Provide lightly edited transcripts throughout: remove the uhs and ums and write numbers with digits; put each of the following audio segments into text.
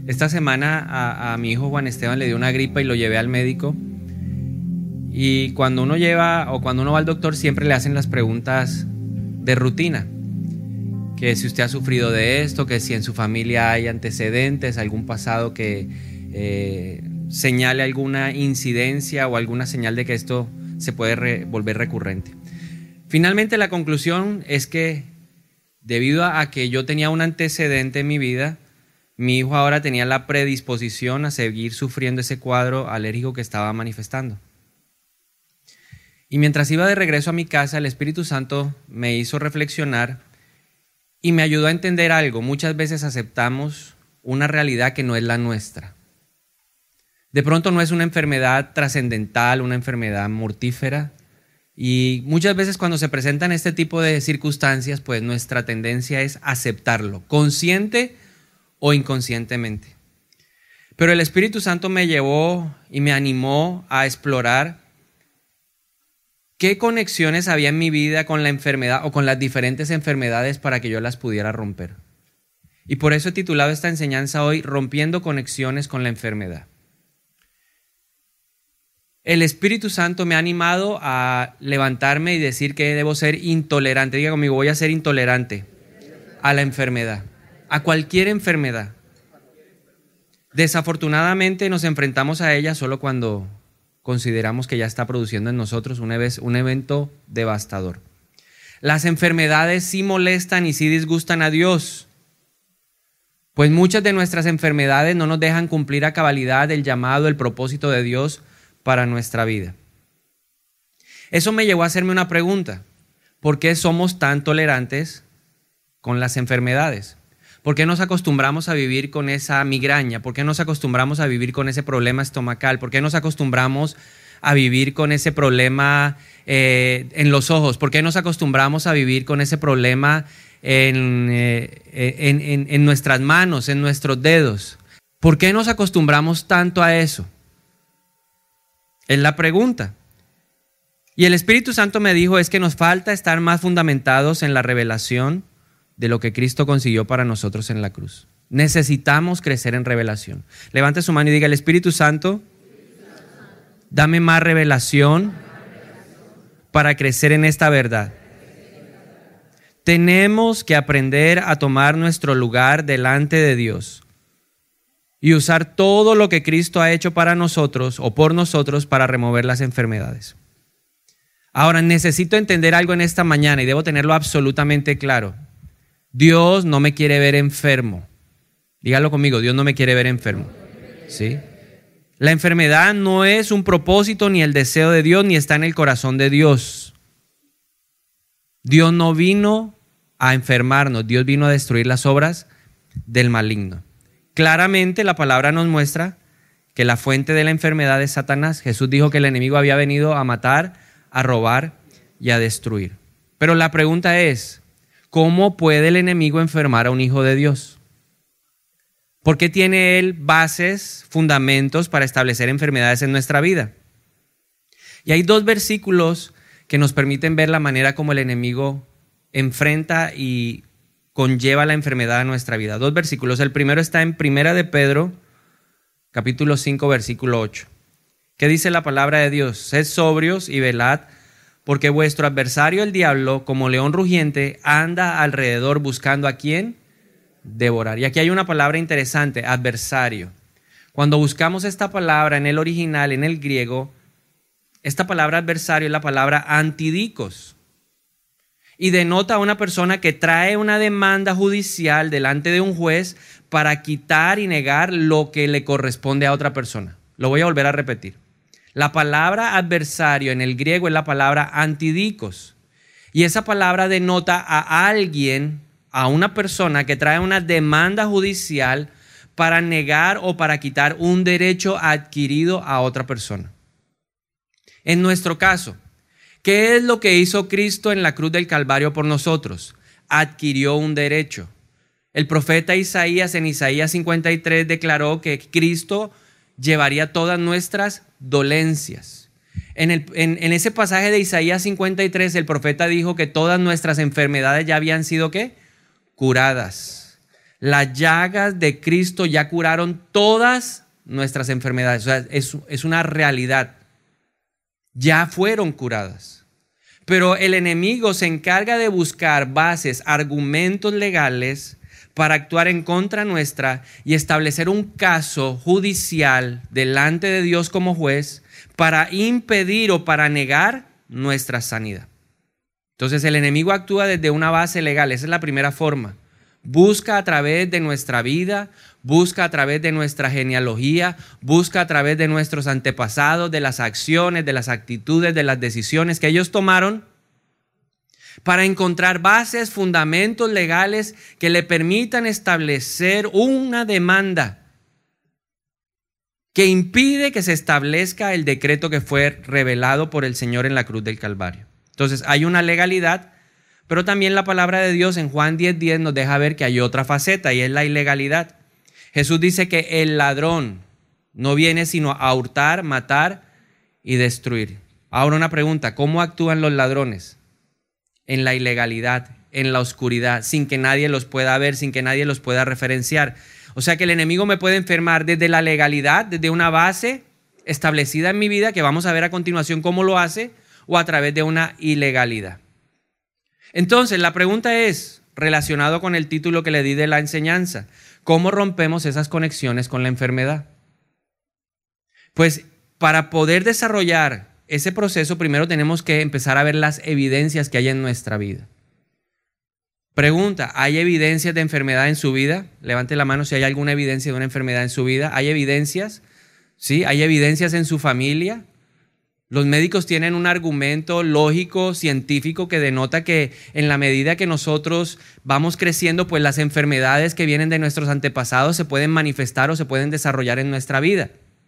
Esta semana a mi hijo Juan Esteban le dio una gripa y lo llevé al médico. Y cuando uno va al doctor siempre le hacen las preguntas de rutina. Que si usted ha sufrido de esto, que si en su familia hay antecedentes, algún pasado que señale alguna incidencia o alguna señal de que esto se puede volver recurrente. Finalmente la conclusión es que debido a que yo tenía un antecedente en mi vida, mi hijo ahora tenía la predisposición a seguir sufriendo ese cuadro alérgico que estaba manifestando. Y mientras iba de regreso a mi casa, el Espíritu Santo me hizo reflexionar y me ayudó a entender algo. Muchas veces aceptamos una realidad que no es la nuestra. De pronto no es una enfermedad trascendental, una enfermedad mortífera. Y muchas veces cuando se presentan este tipo de circunstancias, pues nuestra tendencia es aceptarlo, consciente o inconscientemente. Pero el Espíritu Santo me llevó y me animó a explorar qué conexiones había en mi vida con la enfermedad o con las diferentes enfermedades para que yo las pudiera romper. Y por eso he titulado esta enseñanza hoy, Rompiendo conexiones con la enfermedad. El Espíritu Santo me ha animado a levantarme y decir que debo ser intolerante. Diga conmigo, voy a ser intolerante a la enfermedad, a cualquier enfermedad. Desafortunadamente nos enfrentamos a ella solo cuando consideramos que ya está produciendo en nosotros un evento devastador. Las enfermedades sí molestan y sí disgustan a Dios, pues muchas de nuestras enfermedades no nos dejan cumplir a cabalidad el llamado, el propósito de Dios para nuestra vida. Eso me llevó a hacerme una pregunta: ¿por qué somos tan tolerantes con las enfermedades? ¿Por qué nos acostumbramos a vivir con esa migraña? ¿Por qué nos acostumbramos a vivir con ese problema estomacal? ¿Por qué nos acostumbramos a vivir con ese problema en los ojos? ¿Por qué nos acostumbramos a vivir con ese problema en nuestras manos, en nuestros dedos? ¿Por qué nos acostumbramos tanto a eso? Es la pregunta. Y el Espíritu Santo me dijo es que nos falta estar más fundamentados en la revelación de lo que Cristo consiguió para nosotros en la cruz. Necesitamos crecer en revelación. Levante su mano y diga: el Espíritu Santo, dame más revelación para crecer en esta verdad. Tenemos que aprender a tomar nuestro lugar delante de Dios y usar todo lo que Cristo ha hecho para nosotros o por nosotros para remover las enfermedades. Ahora necesito entender algo en esta mañana y debo tenerlo absolutamente claro. Dios no me quiere ver enfermo. Dígalo conmigo, Dios no me quiere ver enfermo. ¿Sí? La enfermedad no es un propósito ni el deseo de Dios, ni está en el corazón de Dios. Dios no vino a enfermarnos, Dios vino a destruir las obras del maligno. Claramente la palabra nos muestra que la fuente de la enfermedad es Satanás. Jesús dijo que el enemigo había venido a matar, a robar y a destruir. Pero la pregunta es: ¿cómo puede el enemigo enfermar a un hijo de Dios? ¿Por qué tiene él bases, fundamentos para establecer enfermedades en nuestra vida? Y hay dos versículos que nos permiten ver la manera como el enemigo enfrenta y conlleva la enfermedad a nuestra vida. Dos versículos. El primero está en Primera de Pedro, capítulo 5, versículo 8. ¿Qué dice la palabra de Dios? Sed sobrios y velad, porque vuestro adversario el diablo, como león rugiente, anda alrededor buscando a quién devorar. Y aquí hay una palabra interesante: adversario. Cuando buscamos esta palabra en el original, en el griego, esta palabra adversario es la palabra antidikos. Y denota a una persona que trae una demanda judicial delante de un juez para quitar y negar lo que le corresponde a otra persona. Lo voy a volver a repetir. La palabra adversario en el griego es la palabra antidikos. Y esa palabra denota a alguien, a una persona que trae una demanda judicial para negar o para quitar un derecho adquirido a otra persona. En nuestro caso, ¿qué es lo que hizo Cristo en la cruz del Calvario por nosotros? Adquirió un derecho. El profeta Isaías en Isaías 53 declaró que Cristo llevaría todas nuestras dolencias. En ese pasaje de Isaías 53 el profeta dijo que todas nuestras enfermedades ya habían sido ¿qué? Curadas. Las llagas de Cristo ya curaron todas nuestras enfermedades. O sea, es una realidad. Ya fueron curadas. Pero el enemigo se encarga de buscar bases, argumentos legales para actuar en contra nuestra y establecer un caso judicial delante de Dios como juez para impedir o para negar nuestra sanidad. Entonces el enemigo actúa desde una base legal. Esa es la primera forma. Busca a través de nuestra vida, busca a través de nuestra genealogía, busca a través de nuestros antepasados, de las acciones, de las actitudes, de las decisiones que ellos tomaron para encontrar bases, fundamentos legales que le permitan establecer una demanda que impide que se establezca el decreto que fue revelado por el Señor en la cruz del Calvario. Entonces hay una legalidad, pero también la palabra de Dios en Juan 10:10 nos deja ver que hay otra faceta y es la ilegalidad. Jesús dice que el ladrón no viene sino a hurtar, matar y destruir. Ahora una pregunta, ¿cómo actúan los ladrones? En la ilegalidad, en la oscuridad, sin que nadie los pueda ver, sin que nadie los pueda referenciar. O sea que el enemigo me puede enfermar desde la legalidad, desde una base establecida en mi vida, que vamos a ver a continuación cómo lo hace, o a través de una ilegalidad. Entonces, la pregunta es, relacionado con el título que le di de la enseñanza, ¿cómo rompemos esas conexiones con la enfermedad? Pues para poder desarrollar ese proceso, primero tenemos que empezar a ver las evidencias que hay en nuestra vida. Pregunta, ¿hay evidencias de enfermedad en su vida? Levante la mano si hay alguna evidencia de una enfermedad en su vida. ¿Hay evidencias? ¿Sí? ¿Hay evidencias en su familia? Los médicos tienen un argumento lógico, científico, que denota que en la medida que nosotros vamos creciendo, pues las enfermedades que vienen de nuestros antepasados se pueden manifestar o se pueden desarrollar en nuestra vida.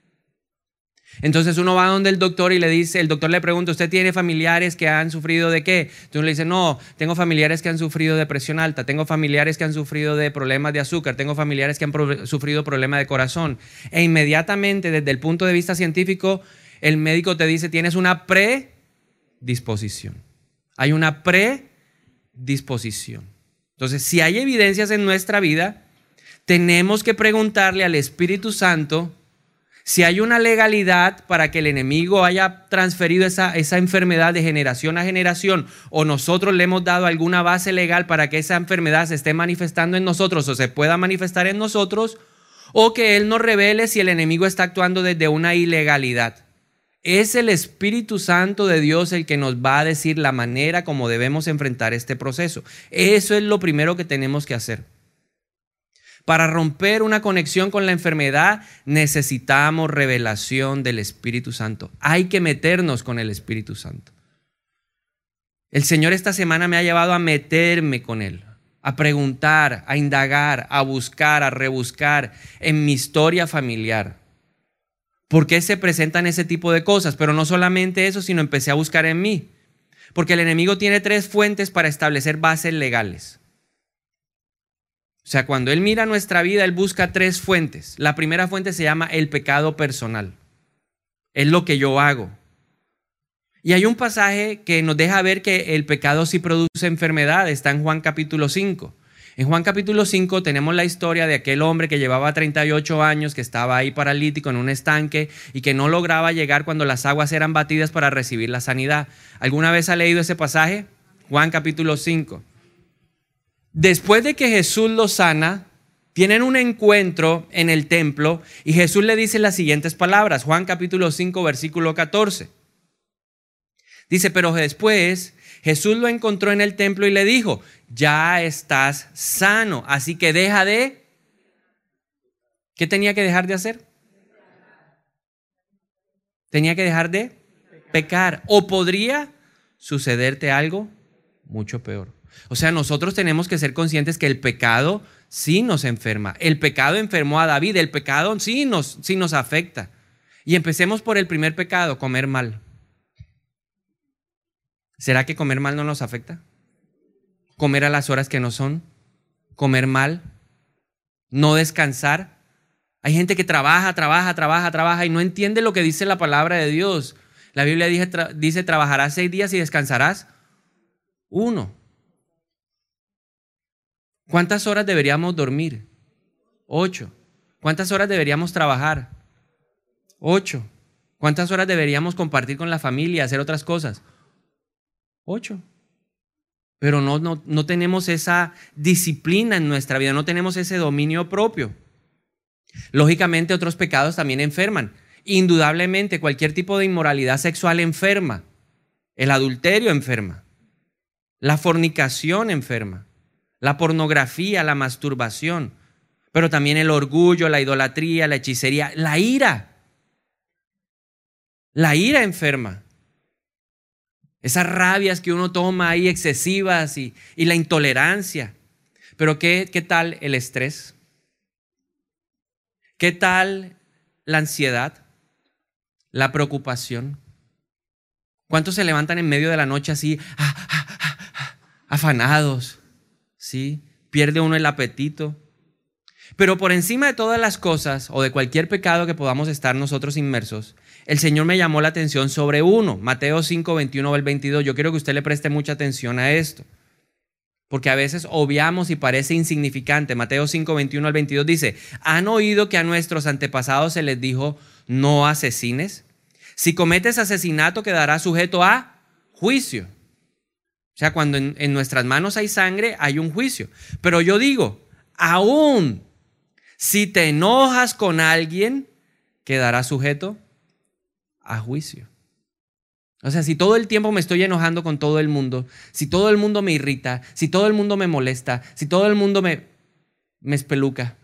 Entonces uno va donde el doctor y el doctor le pregunta, ¿usted tiene familiares que han sufrido de qué? Entonces uno le dice, no, tengo familiares que han sufrido de presión alta, tengo familiares que han sufrido de problemas de azúcar, tengo familiares que han sufrido problemas de corazón. E inmediatamente, desde el punto de vista científico, el médico te dice, tienes una predisposición. Hay una predisposición. Entonces, si hay evidencias en nuestra vida, tenemos que preguntarle al Espíritu Santo si hay una legalidad para que el enemigo haya transferido esa enfermedad de generación a generación, o nosotros le hemos dado alguna base legal para que esa enfermedad se esté manifestando en nosotros o se pueda manifestar en nosotros, o que Él nos revele si el enemigo está actuando desde una ilegalidad. Es el Espíritu Santo de Dios el que nos va a decir la manera como debemos enfrentar este proceso. Eso es lo primero que tenemos que hacer. Para romper una conexión con la enfermedad necesitamos revelación del Espíritu Santo. Hay que meternos con el Espíritu Santo. El Señor esta semana me ha llevado a meterme con Él, a preguntar, a indagar, a buscar, a rebuscar en mi historia familiar. ¿Por qué se presentan ese tipo de cosas? Pero no solamente eso, sino empecé a buscar en mí. Porque el enemigo tiene 3 fuentes para establecer bases legales. O sea, cuando él mira nuestra vida, él busca 3 fuentes. La primera fuente se llama el pecado personal. Es lo que yo hago. Y hay un pasaje que nos deja ver que el pecado sí produce enfermedad. Está en Juan capítulo 5. En Juan capítulo 5 tenemos la historia de aquel hombre que llevaba 38 años, que estaba ahí paralítico en un estanque y que no lograba llegar cuando las aguas eran batidas para recibir la sanidad. ¿Alguna vez ha leído ese pasaje? Juan capítulo 5. Después de que Jesús lo sana, tienen un encuentro en el templo y Jesús le dice las siguientes palabras. Juan capítulo 5, versículo 14. Dice, pero después Jesús lo encontró en el templo y le dijo, ya estás sano, así que deja de... ¿Qué tenía que dejar de hacer? Tenía que dejar de pecar. O podría sucederte algo mucho peor. O sea, nosotros tenemos que ser conscientes que el pecado sí nos enferma. El pecado enfermó a David, el pecado sí nos afecta. Y empecemos por el primer pecado, comer mal. ¿Será que comer mal no nos afecta? Comer a las horas que no son, comer mal, no descansar. Hay gente que trabaja y no entiende lo que dice la palabra de Dios. La Biblia dice trabajarás 6 días y descansarás 1. ¿Cuántas horas deberíamos dormir? 8. ¿Cuántas horas deberíamos trabajar? 8. ¿Cuántas horas deberíamos compartir con la familia, hacer otras cosas? 8. Pero no tenemos esa disciplina en nuestra vida, no tenemos ese dominio propio. Lógicamente otros pecados también enferman. Indudablemente cualquier tipo de inmoralidad sexual enferma. El adulterio enferma. La fornicación enferma. La pornografía, la masturbación. Pero también el orgullo, la idolatría, la hechicería, la ira. La ira enferma. Esas rabias que uno toma ahí excesivas y la intolerancia. Pero ¿qué tal el estrés? ¿Qué tal la ansiedad? La preocupación. ¿Cuántos se levantan en medio de la noche así, afanados? ¿Sí? Pierde uno el apetito. Pero por encima de todas las cosas o de cualquier pecado que podamos estar nosotros inmersos, el Señor me llamó la atención sobre uno. Mateo 5, 21 al 22. Yo quiero que usted le preste mucha atención a esto, porque a veces obviamos y parece insignificante. Mateo 5, 21 al 22 dice: ¿han oído que a nuestros antepasados se les dijo no asesines? Si cometes asesinato quedarás sujeto a juicio. O sea, cuando en nuestras manos hay sangre, hay un juicio. Pero yo digo, aún si te enojas con alguien, quedarás sujeto a juicio. O sea, si todo el tiempo me estoy enojando con todo el mundo, si todo el mundo me irrita, si todo el mundo me molesta, si todo el mundo me espeluca,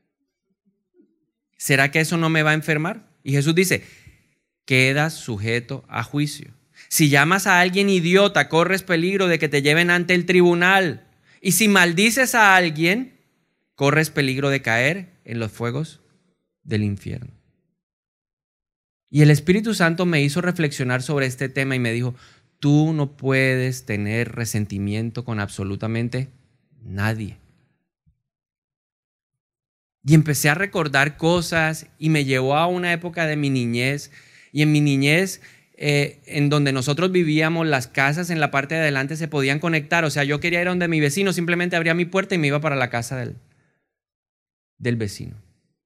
¿será que eso no me va a enfermar? Y Jesús dice, quedas sujeto a juicio. Si llamas a alguien idiota, corres peligro de que te lleven ante el tribunal. Y si maldices a alguien, corres peligro de caer en los fuegos del infierno. Y el Espíritu Santo me hizo reflexionar sobre este tema y me dijo, tú no puedes tener resentimiento con absolutamente nadie. Y empecé a recordar cosas y me llevó a una época de mi niñez. Y en mi niñez, en donde nosotros vivíamos, las casas en la parte de adelante se podían conectar. O sea, yo quería ir a donde mi vecino, simplemente abría mi puerta y me iba para la casa del vecino.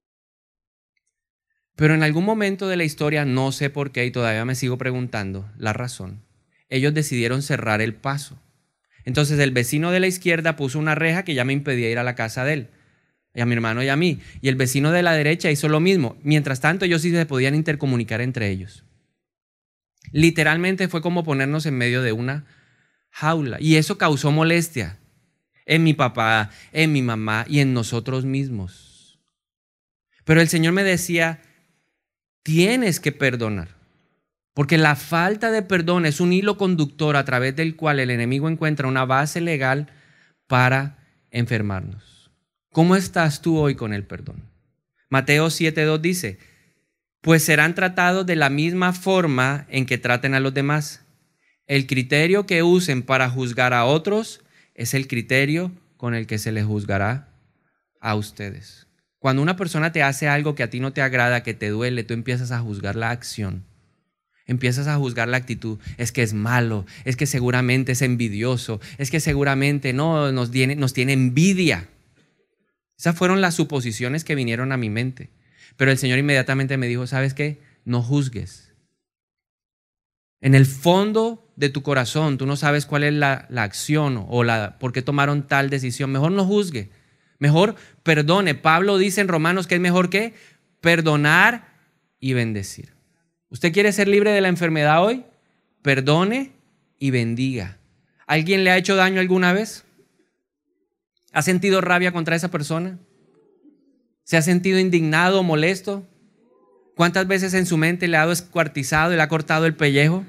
Pero en algún momento de la historia, no sé por qué y todavía me sigo preguntando la razón, ellos decidieron cerrar el paso. Entonces el vecino de la izquierda puso una reja que ya me impedía ir a la casa de él, y a mi hermano y a mí. Y el vecino de la derecha hizo lo mismo. Mientras tanto, ellos sí se podían intercomunicar entre ellos. Literalmente fue como ponernos en medio de una jaula. Y eso causó molestia en mi papá, en mi mamá y en nosotros mismos. Pero el Señor me decía, tienes que perdonar. Porque la falta de perdón es un hilo conductor a través del cual el enemigo encuentra una base legal para enfermarnos. ¿Cómo estás tú hoy con el perdón? Mateo 7:2 dice, pues serán tratados de la misma forma en que traten a los demás. El criterio que usen para juzgar a otros es el criterio con el que se les juzgará a ustedes. Cuando una persona te hace algo que a ti no te agrada, que te duele, tú empiezas a juzgar la acción. Empiezas a juzgar la actitud. Es que es malo, es que seguramente es envidioso, es que seguramente no nos tiene envidia. Esas fueron las suposiciones que vinieron a mi mente. Pero el Señor inmediatamente me dijo, ¿sabes qué? No juzgues. En el fondo de tu corazón, tú no sabes cuál es la acción o por qué tomaron tal decisión. Mejor no juzgue. Mejor perdone. Pablo dice en Romanos que es mejor que perdonar y bendecir. ¿Usted quiere ser libre de la enfermedad hoy? Perdone y bendiga. ¿Alguien le ha hecho daño alguna vez? ¿Ha sentido rabia contra esa persona? ¿Se ha sentido indignado o molesto? ¿Cuántas veces en su mente le ha descuartizado y le ha cortado el pellejo?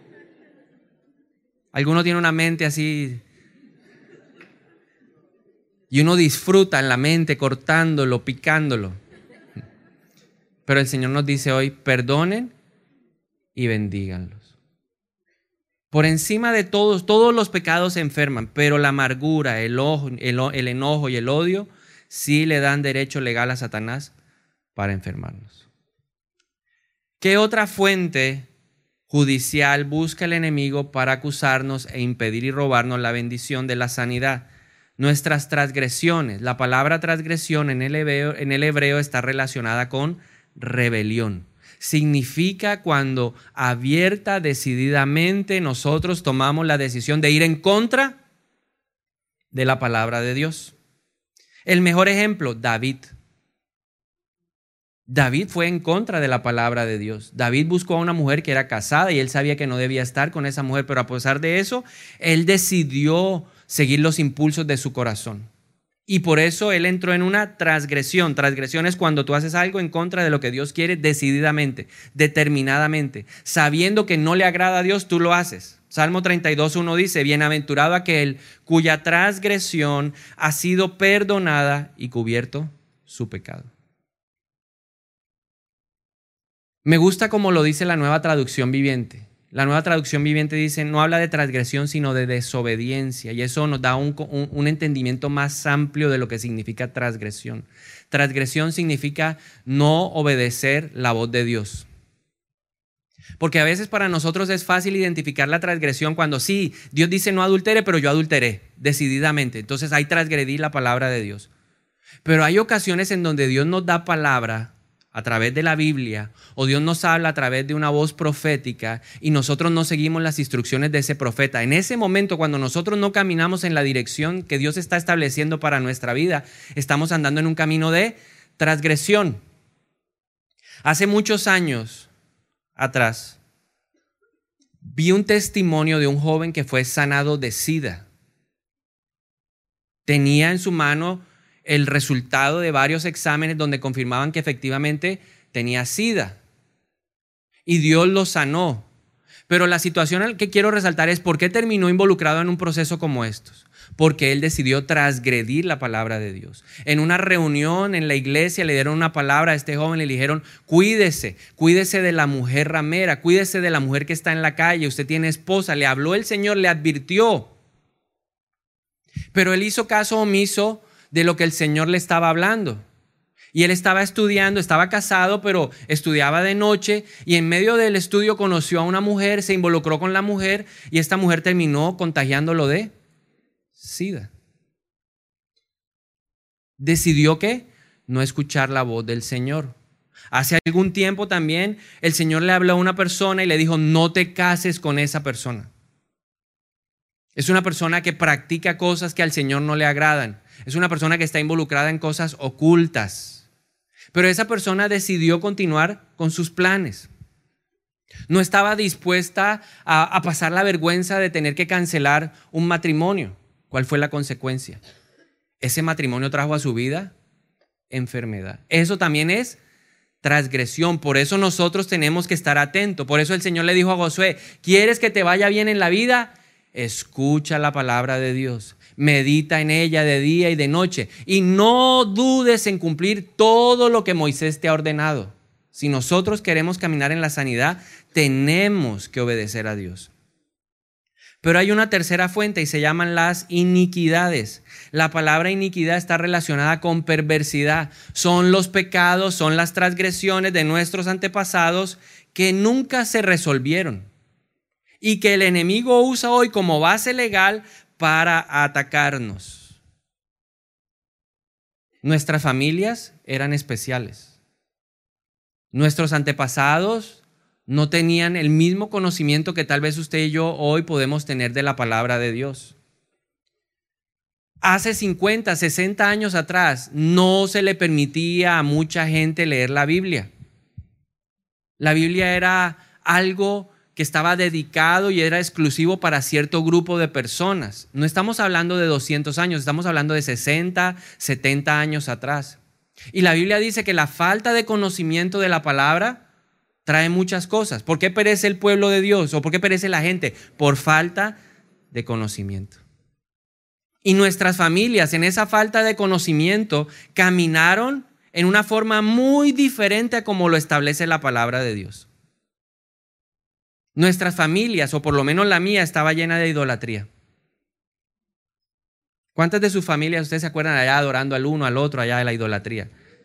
Alguno tiene una mente así y uno disfruta en la mente cortándolo, picándolo. Pero el Señor nos dice hoy, perdonen y bendíganlos. Por encima de todos los pecados se enferman, pero la amargura, el enojo y el odio sí le dan derecho legal a Satanás para enfermarnos. ¿Qué otra fuente judicial busca el enemigo para acusarnos e impedir y robarnos la bendición de la sanidad? nuestras transgresiones. La palabra transgresión en el hebreo está relacionada con rebelión. Significa cuando abierta, decididamente, nosotros tomamos la decisión de ir en contra de la palabra de Dios. El mejor ejemplo, David. David fue en contra de la palabra de Dios. David buscó a una mujer que era casada y él sabía que no debía estar con esa mujer, pero a pesar de eso, él decidió seguir los impulsos de su corazón. Y por eso él entró en una transgresión. Transgresión es cuando tú haces algo en contra de lo que Dios quiere decididamente, determinadamente. Sabiendo que no le agrada a Dios, tú lo haces. Salmo 32:1 dice, bienaventurado aquel cuya transgresión ha sido perdonada y cubierto su pecado. Me gusta como lo dice la Nueva Traducción Viviente. La Nueva Traducción Viviente dice, no habla de transgresión, sino de desobediencia. Y eso nos da un entendimiento más amplio de lo que significa transgresión. Transgresión significa no obedecer la voz de Dios. Porque a veces para nosotros es fácil identificar la transgresión cuando sí, Dios dice no adultere, pero yo adulteré decididamente. Entonces ahí transgredí la palabra de Dios. Pero hay ocasiones en donde Dios nos da palabra a través de la Biblia, o Dios nos habla a través de una voz profética y nosotros no seguimos las instrucciones de ese profeta. En ese momento, cuando nosotros no caminamos en la dirección que Dios está estableciendo para nuestra vida, estamos andando en un camino de transgresión. Hace muchos años atrás, vi un testimonio de un joven que fue sanado de SIDA. Tenía en su mano el resultado de varios exámenes donde confirmaban que efectivamente tenía SIDA. Y Dios lo sanó. Pero la situación que quiero resaltar es por qué terminó involucrado en un proceso como estos. Porque él decidió transgredir la palabra de Dios. En una reunión en la iglesia le dieron una palabra a este joven y le dijeron, cuídese de la mujer ramera, cuídese de la mujer que está en la calle, usted tiene esposa. Le habló el Señor, le advirtió. Pero él hizo caso omiso de lo que el Señor le estaba hablando. Y él estaba estudiando, estaba casado, pero estudiaba de noche y en medio del estudio conoció a una mujer, se involucró con la mujer y esta mujer terminó contagiándolo de SIDA. Decidió que no escuchar la voz del Señor. Hace algún tiempo también el Señor le habló a una persona y le dijo, no te cases con esa persona. Es una persona que practica cosas que al Señor no le agradan. Es una persona que está involucrada en cosas ocultas. Pero esa persona decidió continuar con sus planes. No estaba dispuesta a pasar la vergüenza de tener que cancelar un matrimonio. ¿Cuál fue la consecuencia? Ese matrimonio trajo a su vida enfermedad. Eso también es transgresión. Por eso nosotros tenemos que estar atentos. Por eso el Señor le dijo a Josué, ¿quieres que te vaya bien en la vida? Escucha la palabra de Dios. Medita en ella de día y de noche. Y no dudes en cumplir todo lo que Moisés te ha ordenado. Si nosotros queremos caminar en la sanidad, tenemos que obedecer a Dios. Pero hay una tercera fuente y se llaman las iniquidades. La palabra iniquidad está relacionada con perversidad. Son los pecados, son las transgresiones de nuestros antepasados que nunca se resolvieron y que el enemigo usa hoy como base legal para atacarnos. Nuestras familias eran especiales. Nuestros antepasados no tenían el mismo conocimiento que tal vez usted y yo hoy podemos tener de la palabra de Dios. Hace 50, 60 años atrás no se le permitía a mucha gente leer la Biblia. La Biblia era algo que estaba dedicado y era exclusivo para cierto grupo de personas. No estamos hablando de 200 años, estamos hablando de 60, 70 años atrás. Y la Biblia dice que la falta de conocimiento de la palabra trae muchas cosas. ¿Por qué perece el pueblo de Dios? ¿O por qué perece la gente? Por falta de conocimiento. Y nuestras familias en esa falta de conocimiento caminaron en una forma muy diferente a como lo establece la palabra de Dios. Nuestras familias, o por lo menos la mía, estaba llena de idolatría. ¿Cuántas de sus familias ustedes se acuerdan allá adorando al uno, al otro, allá de la idolatría?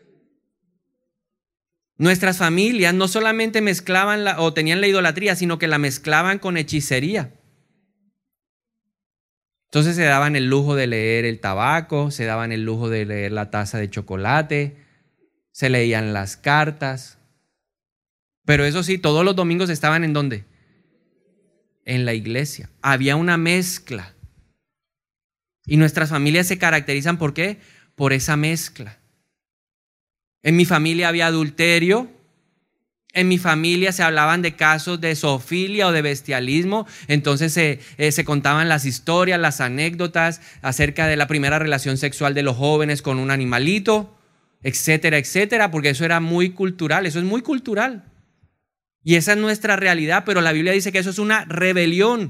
Nuestras familias no solamente mezclaban o tenían la idolatría, sino que la mezclaban con hechicería. Entonces se daban el lujo de leer el tabaco, se daban el lujo de leer la taza de chocolate, se leían las cartas. Pero eso sí, todos los domingos estaban ¿en dónde? En la iglesia. Había una mezcla. Y nuestras familias se caracterizan ¿por qué? Por esa mezcla. En mi familia había adulterio. En mi familia se hablaban de casos de zoofilia o de bestialismo. Entonces se contaban las historias, las anécdotas acerca de la primera relación sexual de los jóvenes con un animalito, etcétera, etcétera, porque eso era muy cultural, eso es muy cultural. Y esa es nuestra realidad, pero la Biblia dice que eso es una rebelión.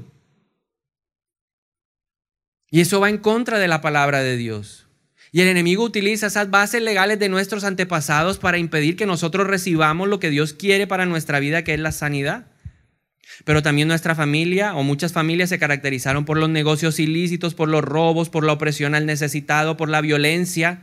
Y eso va en contra de la palabra de Dios. Y el enemigo utiliza esas bases legales de nuestros antepasados para impedir que nosotros recibamos lo que Dios quiere para nuestra vida, que es la sanidad. Pero también nuestra familia o muchas familias se caracterizaron por los negocios ilícitos, por los robos, por la opresión al necesitado, por la violencia.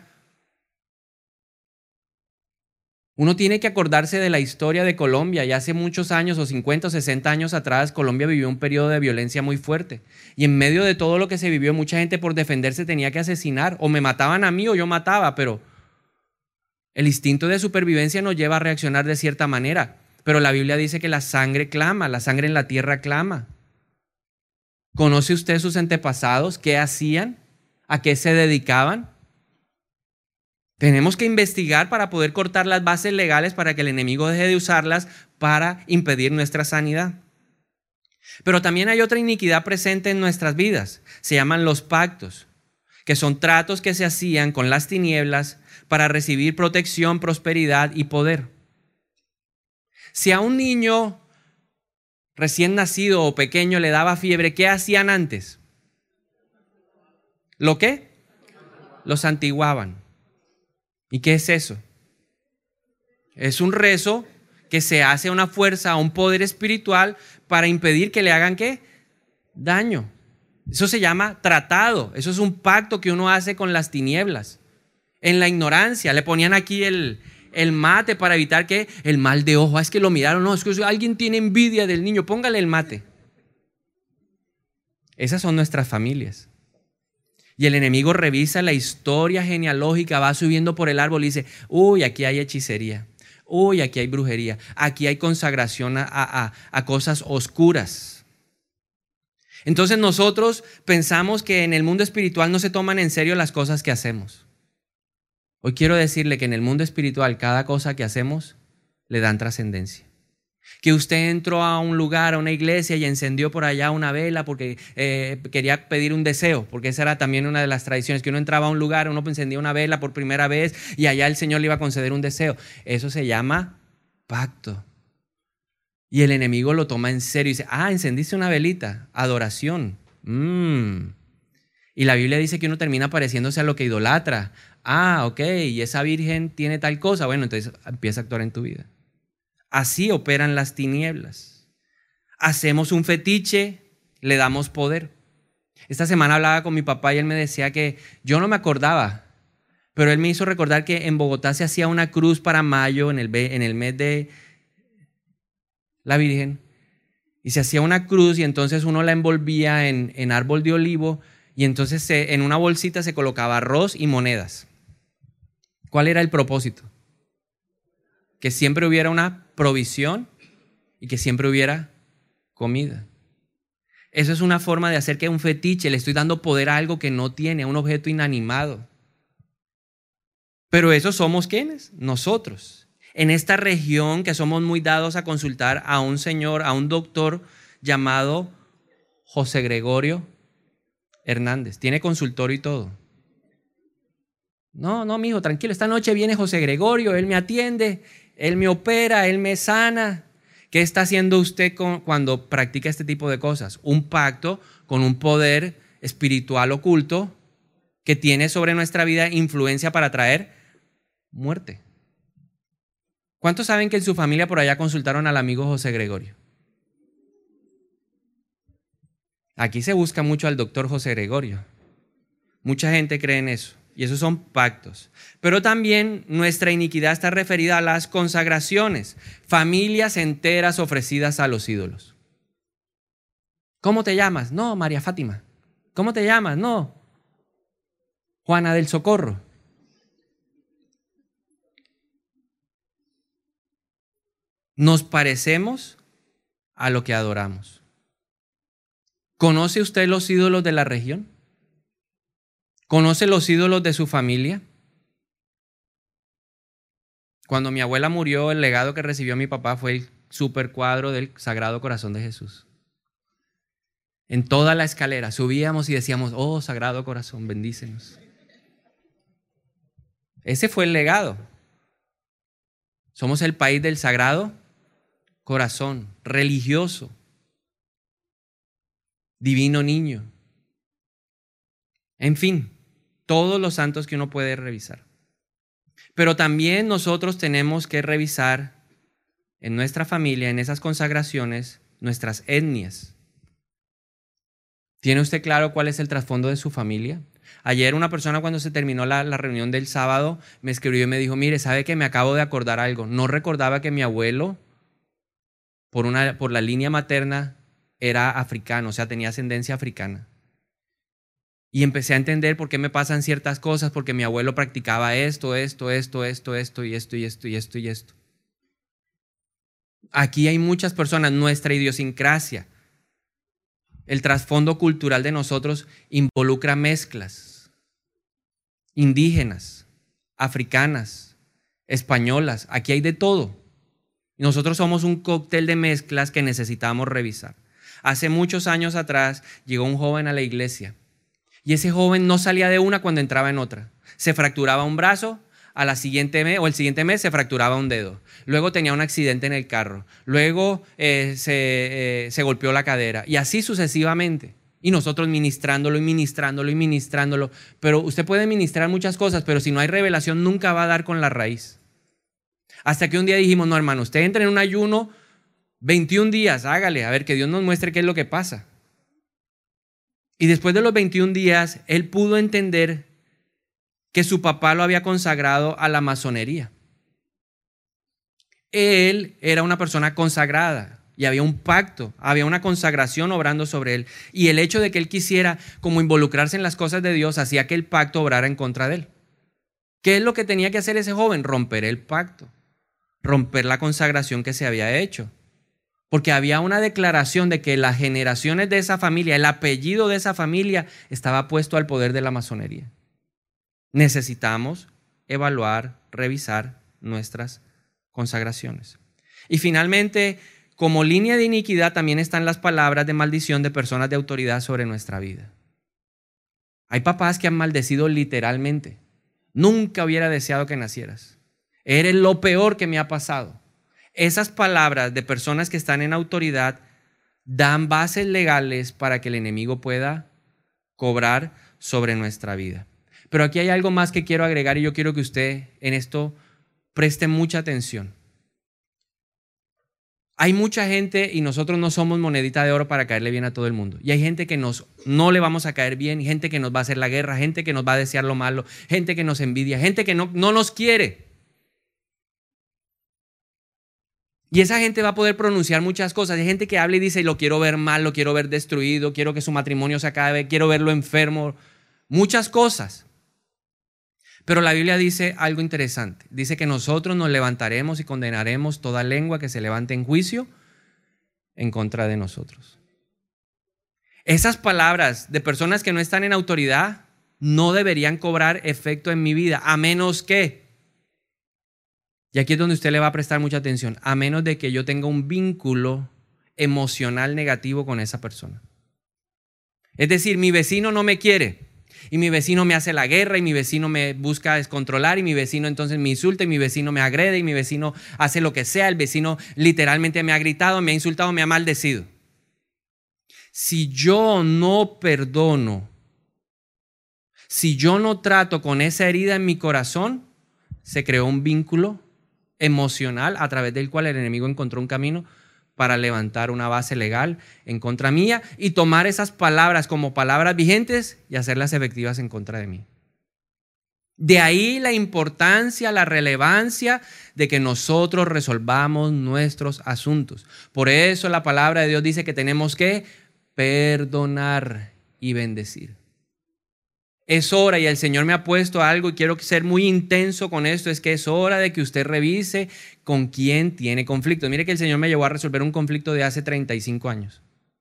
Uno tiene que acordarse de la historia de Colombia. Y hace muchos años, o 50 o 60 años atrás, Colombia vivió un periodo de violencia muy fuerte. Y en medio de todo lo que se vivió, mucha gente por defenderse tenía que asesinar. O me mataban a mí o yo mataba, pero el instinto de supervivencia nos lleva a reaccionar de cierta manera. Pero la Biblia dice que la sangre clama, la sangre en la tierra clama. ¿Conoce usted sus antepasados? ¿Qué hacían? ¿A qué se dedicaban? Tenemos que investigar para poder cortar las bases legales para que el enemigo deje de usarlas para impedir nuestra sanidad. Pero también hay otra iniquidad presente en nuestras vidas. Se llaman los pactos, que son tratos que se hacían con las tinieblas para recibir protección, prosperidad y poder. Si a un niño recién nacido o pequeño le daba fiebre, ¿qué hacían antes? ¿Lo qué? Los santiguaban. ¿Y qué es eso? Es un rezo que se hace a una fuerza, a un poder espiritual para impedir que le hagan ¿qué? Daño. Eso se llama tratado. Eso es un pacto que uno hace con las tinieblas. En la ignorancia le ponían aquí el mate para evitar que el mal de ojo. Es que lo miraron, no, es que alguien tiene envidia del niño, póngale el mate. Esas son nuestras familias. Y el enemigo revisa la historia genealógica, va subiendo por el árbol y dice, uy, aquí hay hechicería, uy, aquí hay brujería, aquí hay consagración a cosas oscuras. Entonces nosotros pensamos que en el mundo espiritual no se toman en serio las cosas que hacemos. Hoy quiero decirle que en el mundo espiritual cada cosa que hacemos le dan trascendencia. Que usted entró a un lugar, a una iglesia y encendió por allá una vela porque quería pedir un deseo, porque esa era también una de las tradiciones, que uno entraba a un lugar, uno encendía una vela por primera vez y allá el Señor le iba a conceder un deseo. Eso se llama pacto. Y el enemigo lo toma en serio y dice, encendiste una velita, adoración. Y la Biblia dice que uno termina pareciéndose a lo que idolatra. Ok, y esa virgen tiene tal cosa. Bueno, entonces empieza a actuar en tu vida. Así operan las tinieblas. Hacemos un fetiche, le damos poder. Esta semana hablaba con mi papá y él me decía que yo no me acordaba, pero él me hizo recordar que en Bogotá se hacía una cruz para mayo, en el mes de la Virgen, y se hacía una cruz y entonces uno la envolvía en árbol de olivo y entonces en una bolsita se colocaba arroz y monedas. ¿Cuál era el propósito? Que siempre hubiera una provisión y que siempre hubiera comida. Eso es una forma de hacer que un fetiche, le estoy dando poder a algo que no tiene, a un objeto inanimado. Pero eso somos ¿quiénes? Nosotros. En esta región que somos muy dados a consultar a un señor, a un doctor llamado José Gregorio Hernández. Tiene consultorio y todo. No, mijo, tranquilo, esta noche viene José Gregorio, él me atiende. Él me opera, Él me sana. ¿Qué está haciendo usted cuando practica este tipo de cosas? Un pacto con un poder espiritual oculto que tiene sobre nuestra vida influencia para traer muerte. ¿Cuántos saben que en su familia por allá consultaron al amigo José Gregorio? Aquí se busca mucho al doctor José Gregorio. Mucha gente cree en eso. Y esos son pactos. Pero también nuestra iniquidad está referida a las consagraciones. Familias enteras ofrecidas a los ídolos. ¿Cómo te llamas? No, María Fátima. ¿Cómo te llamas? No, Juana del Socorro. Nos parecemos a lo que adoramos. ¿Conoce usted los ídolos de la región? ¿Conoce los ídolos de su familia? Cuando mi abuela murió, el legado que recibió mi papá fue el supercuadro del Sagrado Corazón de Jesús. En toda la escalera subíamos y decíamos, oh Sagrado Corazón, bendícenos. Ese fue el legado. Somos el país del Sagrado Corazón, religioso, divino niño. En fin, todos los santos que uno puede revisar. Pero también nosotros tenemos que revisar en nuestra familia, en esas consagraciones, nuestras etnias. ¿Tiene usted claro cuál es el trasfondo de su familia? Ayer una persona, cuando se terminó la reunión del sábado, me escribió y me dijo, mire, ¿sabe que me acabo de acordar algo? No recordaba que mi abuelo, por la línea materna, era africano, o sea, tenía ascendencia africana. Y empecé a entender por qué me pasan ciertas cosas, porque mi abuelo practicaba esto y esto. Aquí hay muchas personas, nuestra idiosincrasia, el trasfondo cultural de nosotros involucra mezclas indígenas, africanas, españolas. Aquí hay de todo. Nosotros somos un cóctel de mezclas que necesitamos revisar. Hace muchos años atrás llegó un joven a la iglesia. Y ese joven no salía de una cuando entraba en otra. Se fracturaba un brazo, el siguiente mes se fracturaba un dedo. Luego tenía un accidente en el carro. Luego se golpeó la cadera. Y así sucesivamente. Y nosotros ministrándolo. Pero usted puede ministrar muchas cosas, pero si no hay revelación nunca va a dar con la raíz. Hasta que un día dijimos, no hermano, usted entra en un ayuno 21 días, hágale, a ver que Dios nos muestre qué es lo que pasa. Y después de los 21 días, él pudo entender que su papá lo había consagrado a la masonería. Él era una persona consagrada y había un pacto, había una consagración obrando sobre él. Y el hecho de que él quisiera como involucrarse en las cosas de Dios hacía que el pacto obrara en contra de él. ¿Qué es lo que tenía que hacer ese joven? Romper el pacto, romper la consagración que se había hecho. Porque había una declaración de que las generaciones de esa familia, el apellido de esa familia estaba puesto al poder de la masonería. Necesitamos evaluar, revisar nuestras consagraciones. Y finalmente, como línea de iniquidad también están las palabras de maldición de personas de autoridad sobre nuestra vida. Hay papás que han maldecido literalmente. Nunca hubiera deseado que nacieras. Eres lo peor que me ha pasado. Esas palabras de personas que están en autoridad dan bases legales para que el enemigo pueda cobrar sobre nuestra vida. Pero aquí hay algo más que quiero agregar y yo quiero que usted en esto preste mucha atención. Hay mucha gente y nosotros no somos monedita de oro para caerle bien a todo el mundo. Y hay gente que no le vamos a caer bien, gente que nos va a hacer la guerra, gente que nos va a desear lo malo, gente que nos envidia, gente que no nos quiere. Y esa gente va a poder pronunciar muchas cosas. Hay gente que habla y dice, lo quiero ver mal, lo quiero ver destruido, quiero que su matrimonio se acabe, quiero verlo enfermo. Muchas cosas. Pero la Biblia dice algo interesante. Dice que nosotros nos levantaremos y condenaremos toda lengua que se levante en juicio en contra de nosotros. Esas palabras de personas que no están en autoridad no deberían cobrar efecto en mi vida, a menos que... Y aquí es donde usted le va a prestar mucha atención, a menos de que yo tenga un vínculo emocional negativo con esa persona. Es decir, mi vecino no me quiere y mi vecino me hace la guerra y mi vecino me busca descontrolar y mi vecino entonces me insulta y mi vecino me agrede y mi vecino hace lo que sea, el vecino literalmente me ha gritado, me ha insultado, me ha maldecido. Si yo no perdono, si yo no trato con esa herida en mi corazón, se creó un vínculo emocional a través del cual el enemigo encontró un camino para levantar una base legal en contra mía y tomar esas palabras como palabras vigentes y hacerlas efectivas en contra de mí. De ahí la importancia, la relevancia de que nosotros resolvamos nuestros asuntos. Por eso la palabra de Dios dice que tenemos que perdonar y bendecir. Es hora, y el Señor me ha puesto algo y quiero ser muy intenso con esto, es que es hora de que usted revise con quién tiene conflicto. Mire que el Señor me llevó a resolver un conflicto de hace 35 años.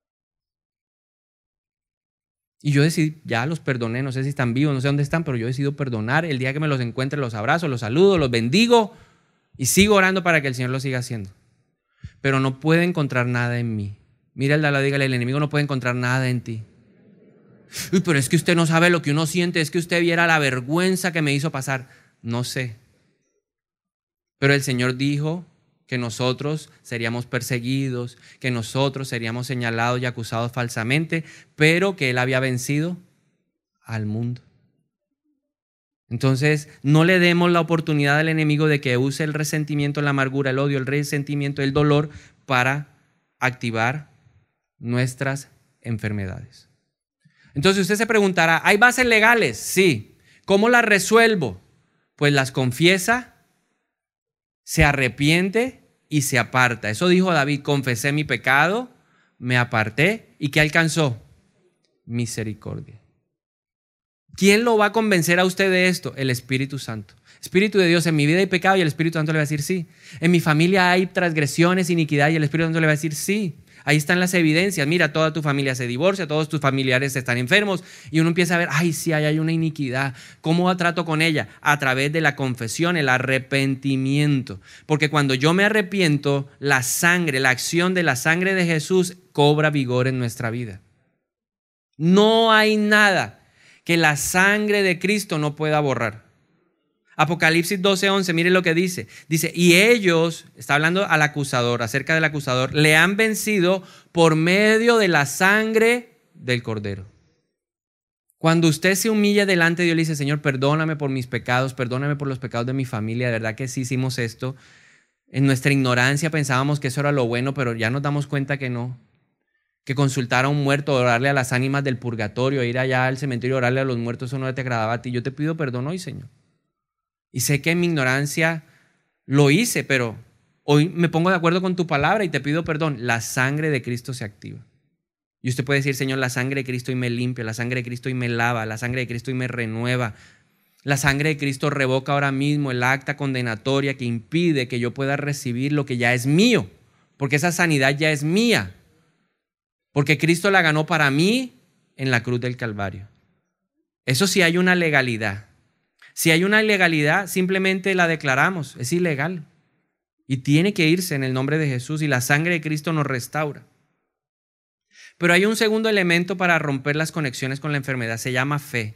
Y yo decidí, ya los perdoné, no sé si están vivos, no sé dónde están, pero yo decido perdonar. El día que me los encuentre los abrazo, los saludo, los bendigo y sigo orando para que el Señor lo siga haciendo. Pero no puede encontrar nada en mí. Mira al de al lado, dígale, el enemigo no puede encontrar nada en ti. Uy, pero es que usted no sabe lo que uno siente, es que usted viera la vergüenza que me hizo pasar. No sé. Pero el Señor dijo que nosotros seríamos perseguidos, que nosotros seríamos señalados y acusados falsamente, pero que Él había vencido al mundo. Entonces, no le demos la oportunidad al enemigo de que use el resentimiento, la amargura, el odio, el resentimiento, el dolor para activar nuestras enfermedades. Entonces usted se preguntará, ¿hay bases legales? Sí. ¿Cómo las resuelvo? Pues las confiesa, se arrepiente y se aparta. Eso dijo David, confesé mi pecado, me aparté. ¿Y qué alcanzó? Misericordia. ¿Quién lo va a convencer a usted de esto? El Espíritu Santo. Espíritu de Dios, en mi vida hay pecado, y el Espíritu Santo le va a decir sí. En mi familia hay transgresiones, iniquidad, y el Espíritu Santo le va a decir sí. Ahí están las evidencias. Mira, toda tu familia se divorcia, todos tus familiares están enfermos, y uno empieza a ver, ay, sí, hay una iniquidad. ¿Cómo trato con ella? A través de la confesión, el arrepentimiento. Porque cuando yo me arrepiento, la sangre, la acción de la sangre de Jesús cobra vigor en nuestra vida. No hay nada que la sangre de Cristo no pueda borrar. Apocalipsis 12:11, mire lo que dice. Dice, y ellos, está hablando al acusador, acerca del acusador, le han vencido por medio de la sangre del Cordero. Cuando usted se humilla delante de Dios y le dice, Señor, perdóname por mis pecados, perdóname por los pecados de mi familia, de verdad que sí hicimos esto. En nuestra ignorancia pensábamos que eso era lo bueno, pero ya nos damos cuenta que no. Que consultar a un muerto, orarle a las ánimas del purgatorio, ir allá al cementerio, orarle a los muertos, eso no te agradaba a ti. Yo te pido perdón hoy, Señor. Y sé que en mi ignorancia lo hice, pero hoy me pongo de acuerdo con tu palabra y te pido perdón. La sangre de Cristo se activa. Y usted puede decir, Señor, la sangre de Cristo y me limpia, la sangre de Cristo y me lava, la sangre de Cristo y me renueva. La sangre de Cristo revoca ahora mismo el acta condenatoria que impide que yo pueda recibir lo que ya es mío, porque esa sanidad ya es mía, porque Cristo la ganó para mí en la cruz del Calvario. Eso sí hay una legalidad. Si hay una ilegalidad, simplemente la declaramos, es ilegal. Y tiene que irse en el nombre de Jesús, y la sangre de Cristo nos restaura. Pero hay un segundo elemento para romper las conexiones con la enfermedad, se llama fe.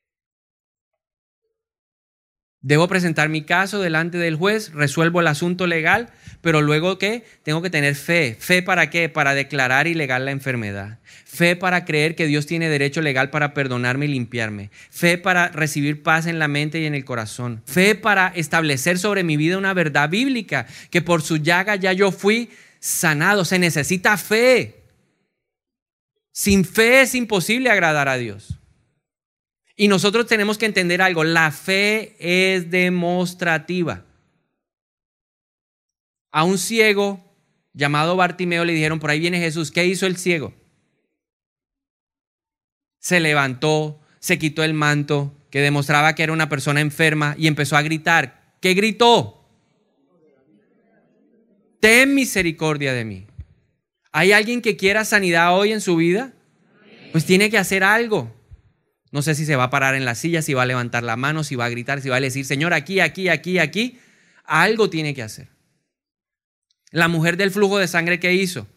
Debo presentar mi caso delante del juez, resuelvo el asunto legal, pero luego ¿qué? Tengo que tener fe. ¿Fe para qué? Para declarar ilegal la enfermedad. Fe para creer que Dios tiene derecho legal para perdonarme y limpiarme. Fe para recibir paz en la mente y en el corazón. Fe para establecer sobre mi vida una verdad bíblica, que por su llaga ya yo fui sanado. Se necesita fe. Sin fe es imposible agradar a Dios. Y nosotros tenemos que entender algo, la fe es demostrativa. A un ciego llamado Bartimeo le dijeron, por ahí viene Jesús. ¿Qué hizo el ciego? Se levantó, se quitó el manto que demostraba que era una persona enferma y empezó a gritar. ¿Qué gritó? Ten misericordia de mí. ¿Hay alguien que quiera sanidad hoy en su vida? Pues tiene que hacer algo. No sé si se va a parar en la silla, si va a levantar la mano, si va a gritar, si va a decir, Señor, aquí, aquí, aquí, aquí. Algo tiene que hacer. La mujer del flujo de sangre, ¿qué hizo?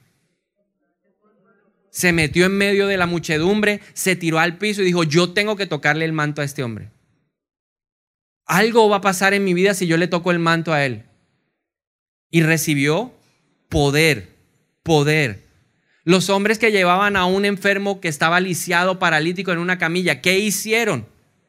Se metió en medio de la muchedumbre, se tiró al piso y dijo, yo tengo que tocarle el manto a este hombre. Algo va a pasar en mi vida si yo le toco el manto a él. Y recibió poder. Los hombres que llevaban a un enfermo que estaba lisiado, paralítico en una camilla, ¿qué hicieron?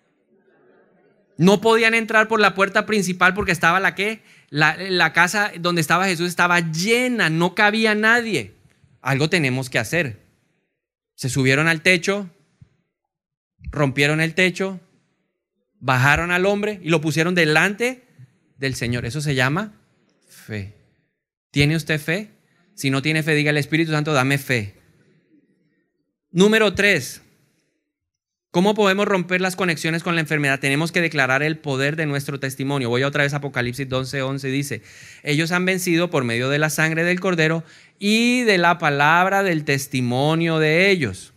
No podían entrar por la puerta principal porque estaba la casa donde estaba Jesús estaba llena, no cabía nadie. Algo tenemos que hacer. Se subieron al techo, rompieron el techo, bajaron al hombre y lo pusieron delante del Señor. Eso se llama fe. ¿Tiene usted fe? Si no tiene fe, diga al Espíritu Santo, dame fe. Número 3, ¿Cómo podemos romper las conexiones con la enfermedad? Tenemos que declarar el poder de nuestro testimonio. Voy otra vez a Apocalipsis 12:11, dice: ellos han vencido por medio de la sangre del Cordero y de la palabra del testimonio de ellos.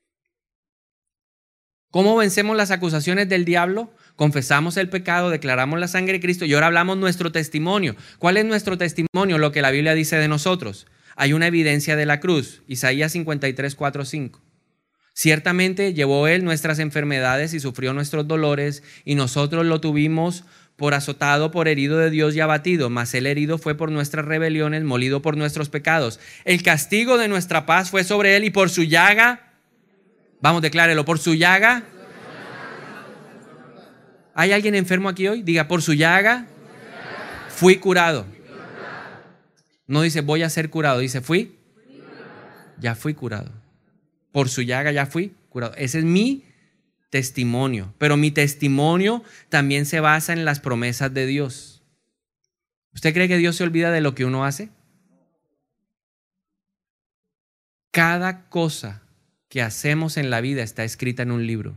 ¿Cómo vencemos las acusaciones del diablo? Confesamos el pecado, declaramos la sangre de Cristo y ahora hablamos nuestro testimonio. ¿Cuál es nuestro testimonio? Lo que la Biblia dice de nosotros. Hay una evidencia de la cruz. Isaías 53:4-5. Ciertamente llevó él nuestras enfermedades y sufrió nuestros dolores, y nosotros lo tuvimos por azotado, por herido de Dios y abatido, mas él herido fue por nuestras rebeliones, molido por nuestros pecados. El castigo de nuestra paz fue sobre él, y por su llaga, vamos, declárelo, por su llaga. ¿Hay alguien enfermo aquí hoy? Diga, por su llaga fui curado. No dice voy a ser curado, dice ya fui curado. Por su llaga ya fui curado. Ese es mi testimonio. Pero mi testimonio también se basa en las promesas de Dios. ¿Usted cree que Dios se olvida de lo que uno hace? Cada cosa que hacemos en la vida está escrita en un libro.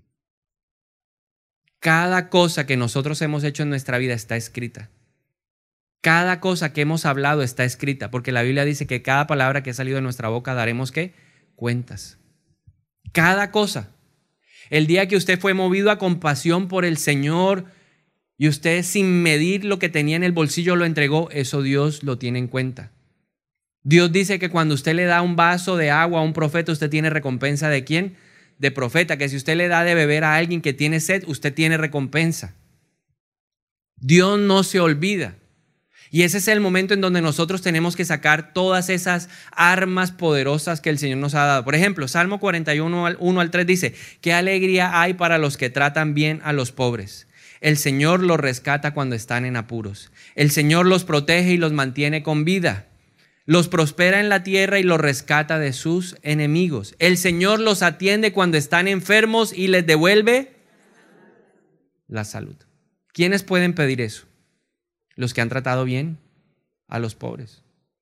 Cada cosa que nosotros hemos hecho en nuestra vida está escrita. Cada cosa que hemos hablado está escrita, porque la Biblia dice que cada palabra que ha salido de nuestra boca daremos ¿qué? Cuentas. Cada cosa. El día que usted fue movido a compasión por el Señor y usted sin medir lo que tenía en el bolsillo lo entregó, eso Dios lo tiene en cuenta. Dios dice que cuando usted le da un vaso de agua a un profeta, usted tiene recompensa ¿de quién? De profeta. Que si usted le da de beber a alguien que tiene sed, usted tiene recompensa. Dios no se olvida. Y ese es el momento en donde nosotros tenemos que sacar todas esas armas poderosas que el Señor nos ha dado. Por ejemplo, Salmo 41, 1-3 dice: qué alegría hay para los que tratan bien a los pobres. El Señor los rescata cuando están en apuros. El Señor los protege y los mantiene con vida. Los prospera en la tierra y los rescata de sus enemigos. El Señor los atiende cuando están enfermos y les devuelve la salud. ¿Quiénes pueden pedir eso? Los que han tratado bien a los pobres.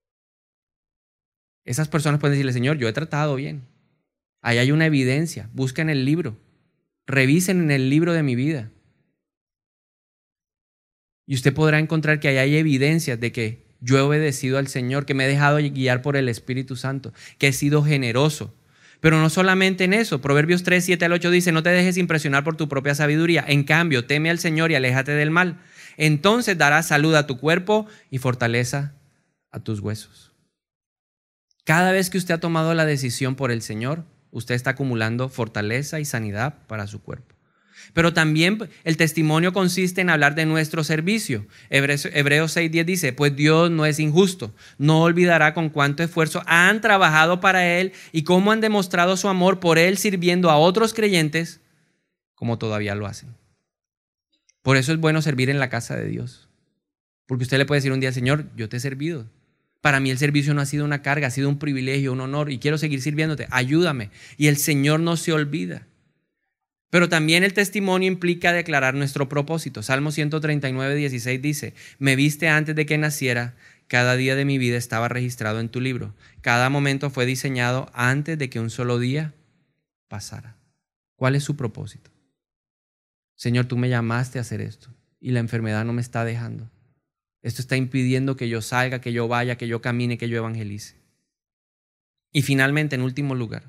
Esas personas pueden decirle: Señor, yo he tratado bien. Ahí hay una evidencia. Busquen el libro. Revisen en el libro de mi vida. Y usted podrá encontrar que ahí hay evidencias de que yo he obedecido al Señor, que me he dejado guiar por el Espíritu Santo, que he sido generoso. Pero no solamente en eso. Proverbios 3:7-8 dice: no te dejes impresionar por tu propia sabiduría. En cambio, teme al Señor y aléjate del mal. Entonces darás salud a tu cuerpo y fortaleza a tus huesos. Cada vez que usted ha tomado la decisión por el Señor, usted está acumulando fortaleza y sanidad para su cuerpo. Pero también el testimonio consiste en hablar de nuestro servicio. Hebreos 6:10 dice: pues Dios no es injusto, no olvidará con cuánto esfuerzo han trabajado para Él y cómo han demostrado su amor por Él sirviendo a otros creyentes como todavía lo hacen. Por eso es bueno servir en la casa de Dios. Porque usted le puede decir un día: Señor, yo te he servido. Para mí el servicio no ha sido una carga, ha sido un privilegio, un honor, y quiero seguir sirviéndote. Ayúdame. Y el Señor no se olvida. Pero también el testimonio implica declarar nuestro propósito. Salmo 139:16 dice: me viste antes de que naciera, cada día de mi vida estaba registrado en tu libro. Cada momento fue diseñado antes de que un solo día pasara. ¿Cuál es su propósito? Señor, tú me llamaste a hacer esto y la enfermedad no me está dejando. Esto está impidiendo que yo salga, que yo vaya, que yo camine, que yo evangelice. Y finalmente, en último lugar,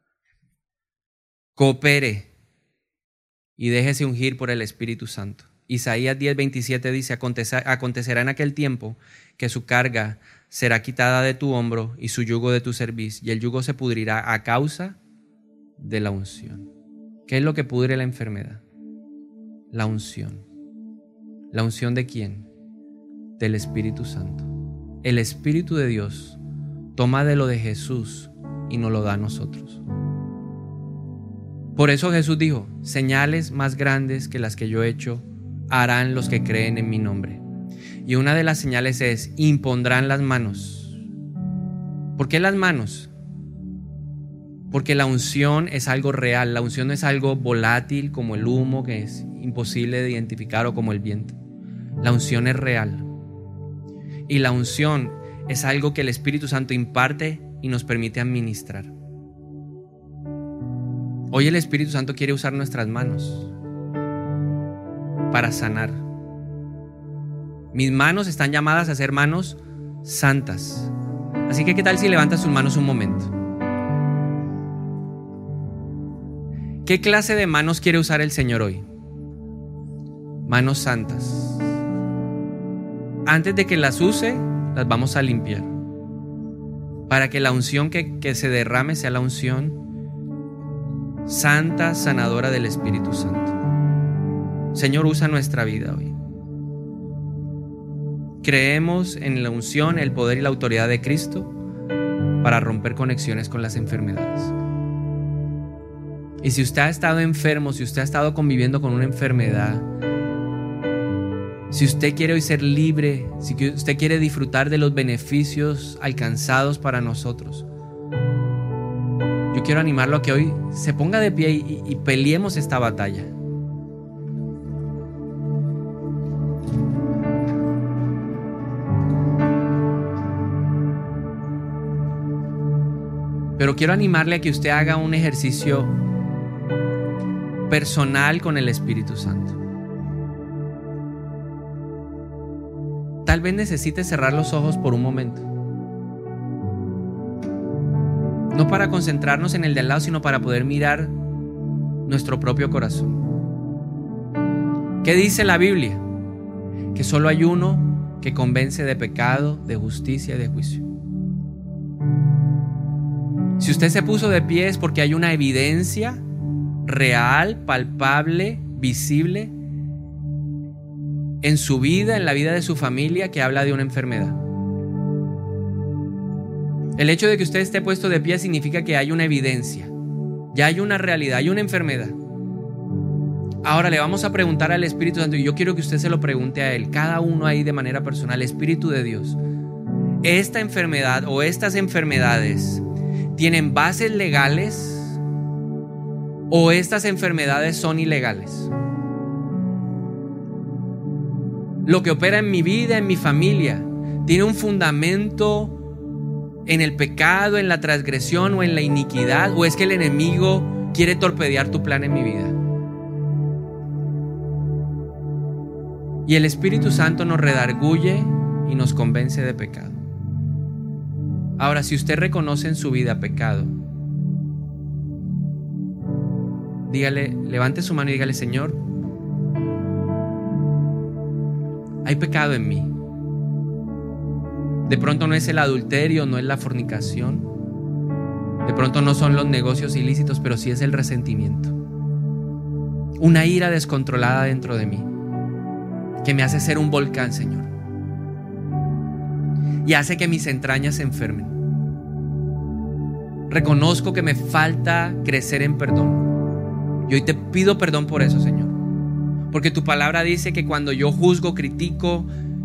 coopere y déjese ungir por el Espíritu Santo. Isaías 10:27 dice: acontecerá en aquel tiempo que su carga será quitada de tu hombro y su yugo de tu cerviz, y el yugo se pudrirá a causa de la unción. ¿Qué es lo que pudre la enfermedad? La unción. ¿La unción de quién? Del Espíritu Santo. El Espíritu de Dios toma de lo de Jesús y nos lo da a nosotros. Por eso Jesús dijo: señales más grandes que las que yo he hecho harán los que creen en mi nombre. Y una de las señales es: impondrán las manos. ¿Por qué las manos? Porque la unción es algo real. La unción no es algo volátil como el humo, que es imposible de identificar, o como el viento. La unción es real. Y la unción es algo que el Espíritu Santo imparte y nos permite administrar. Hoy el Espíritu Santo quiere usar nuestras manos para sanar. Mis manos están llamadas a ser manos santas. Así que ¿qué tal si levantas tus manos un momento? ¿Qué clase de manos quiere usar el Señor hoy? Manos santas. Antes de que las use, las vamos a limpiar, para que la unción que se derrame sea la unción santa, sanadora del Espíritu Santo. Señor, usa nuestra vida hoy. Creemos en la unción, el poder y la autoridad de Cristo para romper conexiones con las enfermedades. Y si usted ha estado enfermo, si usted ha estado conviviendo con una enfermedad, si usted quiere hoy ser libre, si usted quiere disfrutar de los beneficios alcanzados para nosotros, yo quiero animarlo a que hoy se ponga de pie y peleemos esta batalla. Pero quiero animarle a que usted haga un ejercicio personal con el Espíritu Santo. Tal vez necesite cerrar los ojos por un momento. No para concentrarnos en el de al lado, sino para poder mirar nuestro propio corazón. ¿Qué dice la Biblia? Que solo hay uno que convence de pecado, de justicia y de juicio. Si usted se puso de pie es porque hay una evidencia real, palpable, visible en su vida, en la vida de su familia, que habla de una enfermedad. El hecho de que usted esté puesto de pie significa que hay una evidencia, ya hay una realidad, hay una enfermedad. Ahora le vamos a preguntar al Espíritu Santo, y yo quiero que usted se lo pregunte a él, cada uno ahí de manera personal. Espíritu de Dios, ¿esta enfermedad o estas enfermedades tienen bases legales o estas enfermedades son ilegales? Lo que opera en mi vida, en mi familia, ¿tiene un fundamento en el pecado, en la transgresión o en la iniquidad? ¿O es que el enemigo quiere torpedear tu plan en mi vida? Y el Espíritu Santo nos redarguye y nos convence de pecado. Ahora, si usted reconoce en su vida pecado, dígale, levante su mano y dígale: Señor, hay pecado en mí. De pronto no es el adulterio, no es la fornicación, de pronto no son los negocios ilícitos, pero sí es el resentimiento, una ira descontrolada dentro de mí que me hace ser un volcán, Señor, y hace que mis entrañas se enfermen. Reconozco que me falta crecer en perdón, y hoy te pido perdón por eso, Señor, porque tu palabra dice que cuando yo juzgo, critico,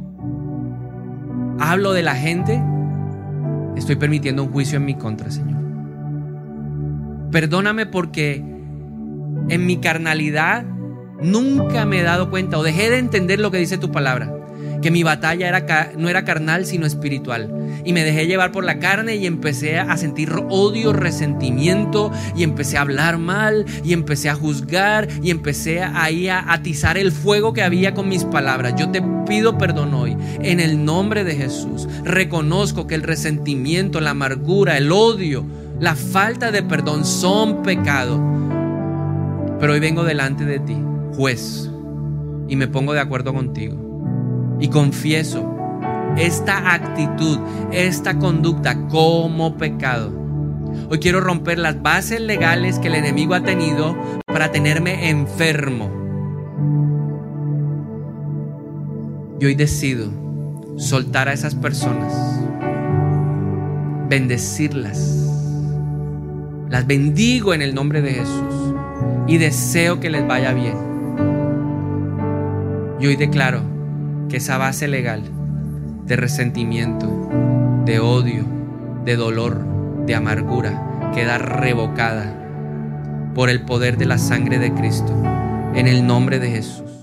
hablo de la gente, estoy permitiendo un juicio en mi contra, Señor. Perdóname porque en mi carnalidad nunca me he dado cuenta o dejé de entender lo que dice tu palabra, que mi batalla no era carnal sino espiritual, y me dejé llevar por la carne y empecé a sentir odio, resentimiento, y empecé a hablar mal y empecé a juzgar y empecé ahí a atizar el fuego que había con mis palabras. Yo te pido perdón hoy en el nombre de Jesús. Reconozco que el resentimiento, la amargura, el odio, la falta de perdón son pecado, pero hoy vengo delante de ti, juez, y me pongo de acuerdo contigo y confieso esta actitud, esta conducta como pecado. Hoy quiero romper las bases legales que el enemigo ha tenido para tenerme enfermo. Y hoy decido soltar a esas personas, bendecirlas. Las bendigo en el nombre de Jesús y deseo que les vaya bien. Y hoy declaro que esa base legal de resentimiento, de odio, de dolor, de amargura queda revocada por el poder de la sangre de Cristo, en el nombre de Jesús.